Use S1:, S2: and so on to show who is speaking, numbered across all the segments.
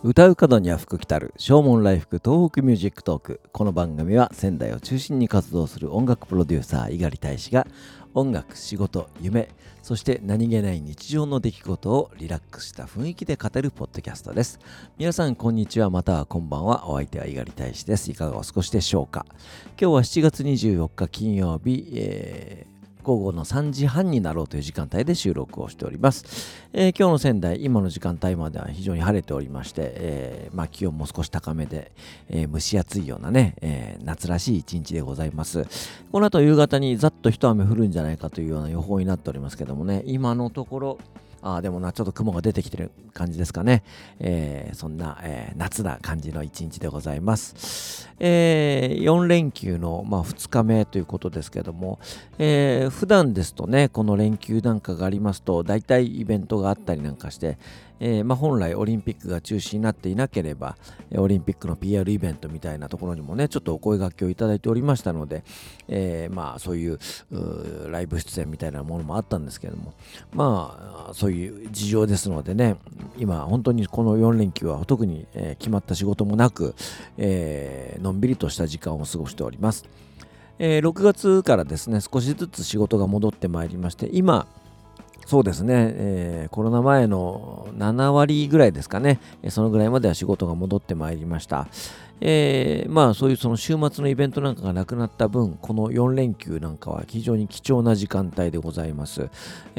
S1: 歌う角には福来たる正門来福東北ミュージックトーク。この番組は仙台を中心に活動する音楽プロデューサー猪狩大使が音楽、仕事、夢、そして何気ない日常の出来事をリラックスした雰囲気で語るポッドキャストです。皆さんこんにちは、またはこんばんは。お相手は猪狩大使です。いかがお過ごしでしょうか。今日は7月24日金曜日、午後の3時半になろうという時間帯で収録をしております。今日の仙台、今の時間帯までは非常に晴れておりまして、気温も少し高めで、蒸し暑いようなね、夏らしい一日でございます。この後夕方にざっと一雨降るんじゃないかというような予報になっておりますけどもね、今のところでもちょっと雲が出てきてる感じですかね。そんな、夏な感じの一日でございます。4連休の、2日目ということですけども、普段ですとね、この連休なんかがありますと、大体イベントがあったりなんかして、本来オリンピックが中止になっていなければ、オリンピックの PR イベントみたいなところにもね、ちょっとお声掛けをいただいておりましたので、そういうライブ出演みたいなものもあったんですけども、そういう事情ですのでね、今本当にこの4連休は特に、決まった仕事もなく、のんびりとした時間を過ごしております。6月からですね、少しずつ仕事が戻ってまいりまして、今そうですね、コロナ前の7割ぐらいですかね、そのぐらいまでは仕事が戻ってまいりました。そういうその週末のイベントなんかがなくなった分、この4連休なんかは非常に貴重な時間帯でございます。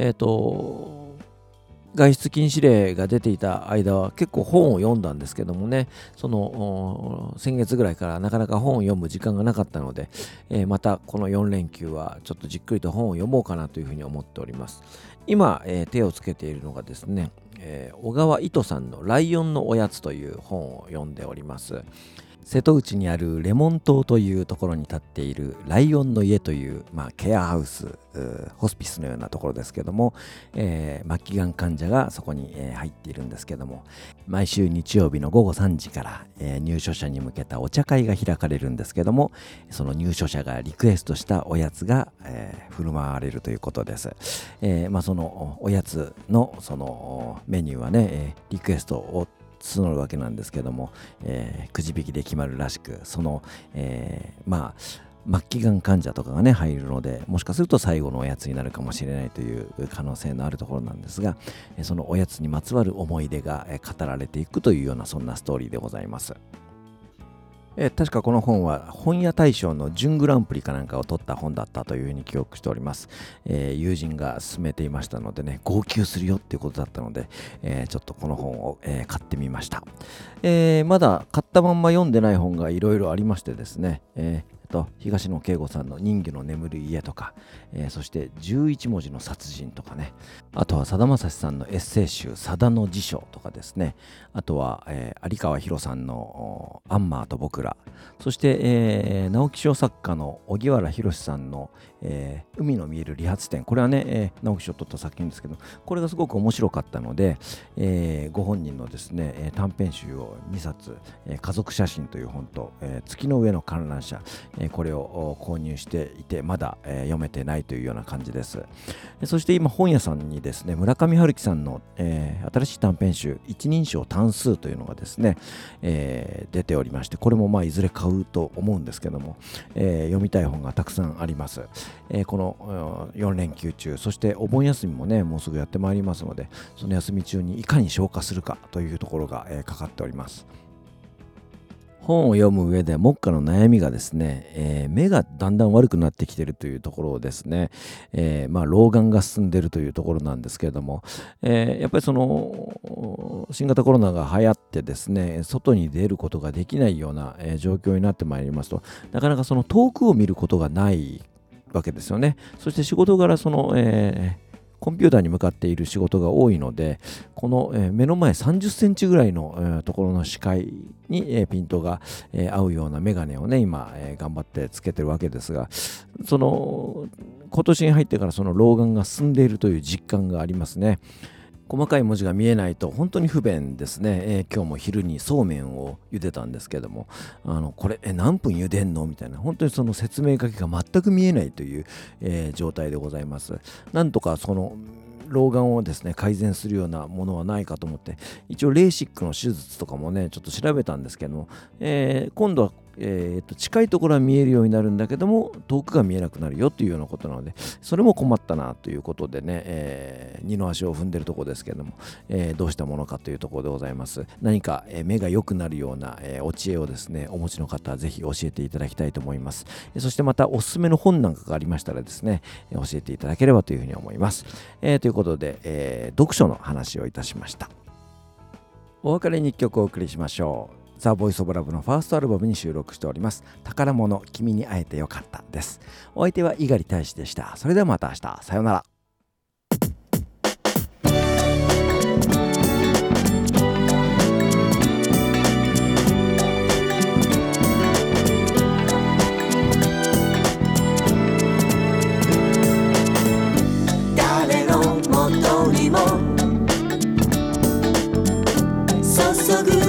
S1: 外出禁止令が出ていた間は結構本を読んだんですけどもね、その先月ぐらいからなかなか本を読む時間がなかったので、またこの4連休はちょっとじっくりと本を読もうかなというふうに思っております。今、手をつけているのがですね、小川糸さんのライオンのおやつという本を読んでおります。瀬戸内にあるレモン島というところに建っているライオンの家という、ケアハウス、ホスピスのようなところですけども、末期がん患者がそこに、入っているんですけども、毎週日曜日の午後3時から、入所者に向けたお茶会が開かれるんですけども、その入所者がリクエストしたおやつが、振る舞われるということです。そのおやつのそのメニューはね、リクエストを募るわけなんですけども、くじ引きで決まるらしく、その、末期がん患者とかがね入るので、もしかすると最後のおやつになるかもしれないという可能性のあるところなんですが、そのおやつにまつわる思い出が語られていくというような、そんなストーリーでございます。確かこの本は本屋大賞の準グランプリかなんかを取った本だったというふうに記憶しております。友人が勧めていましたのでね、号泣するよっていうことだったので、ちょっとこの本を、買ってみました。まだ買ったまんま読んでない本がいろいろありましてですね、東野圭吾さんの人魚の眠る家とか、そして11文字の殺人とかね、あとはさだまさしさんのエッセイ集さだの辞書とかですね、あとは、有川博さんのアンマーと僕ら、そして、直木賞作家の荻原浩さんの、海の見える理髪店、これはね、直木賞を取った作品ですけど、これがすごく面白かったので、ご本人のですね、短編集を2冊、家族写真という本と、月の上の観覧車、これを購入していて、まだ、読めてないというような感じです。そして今本屋さんにですね、村上春樹さんの、新しい短編集一人称単数というのがですね、出ておりまして、これもいずれ買うと思うんですけども、読みたい本がたくさんあります。この4連休中、そしてお盆休みもねもうすぐやってまいりますので、その休み中にいかに消化するかというところが、かかっております。本を読む上で目下の悩みがですね、目がだんだん悪くなってきているというところですね。老眼が進んでいるというところなんですけれども、やっぱりその新型コロナが流行ってですね、外に出ることができないような、状況になってまいりますと、なかなかその遠くを見ることがないわけですよね。そして仕事柄コンピューターに向かっている仕事が多いので、この、目の前30センチぐらいの、ところの視界に、ピントが、合うようなメガネをね今、頑張ってつけてるわけですが、その今年に入ってからその老眼が進んでいるという実感がありますね。細かい文字が見えないと本当に不便ですね。今日も昼にそうめんを茹でたんですけども、これ何分茹でんのみたいな、本当にその説明書きが全く見えないという、状態でございます。なんとかその老眼をですね改善するようなものはないかと思って、一応レーシックの手術とかもねちょっと調べたんですけども、今度は近いところは見えるようになるんだけども遠くが見えなくなるよというようなことなので、それも困ったなということでね、二の足を踏んでるところですけども、どうしたものかというところでございます。何か、目が良くなるような、お知恵をですねお持ちの方はぜひ教えていただきたいと思います。そしてまたおすすめの本なんかがありましたらですね、教えていただければというふうに思います。ということで、読書の話をいたしました。お別れに1曲お送りしましょう。ザ・ボイス・オブ・ラブのファーストアルバムに収録しております宝物君に会えてよかったです。お相手は猪狩大使でした。それではまた明日、さようなら。
S2: 誰のもとにも注ぐ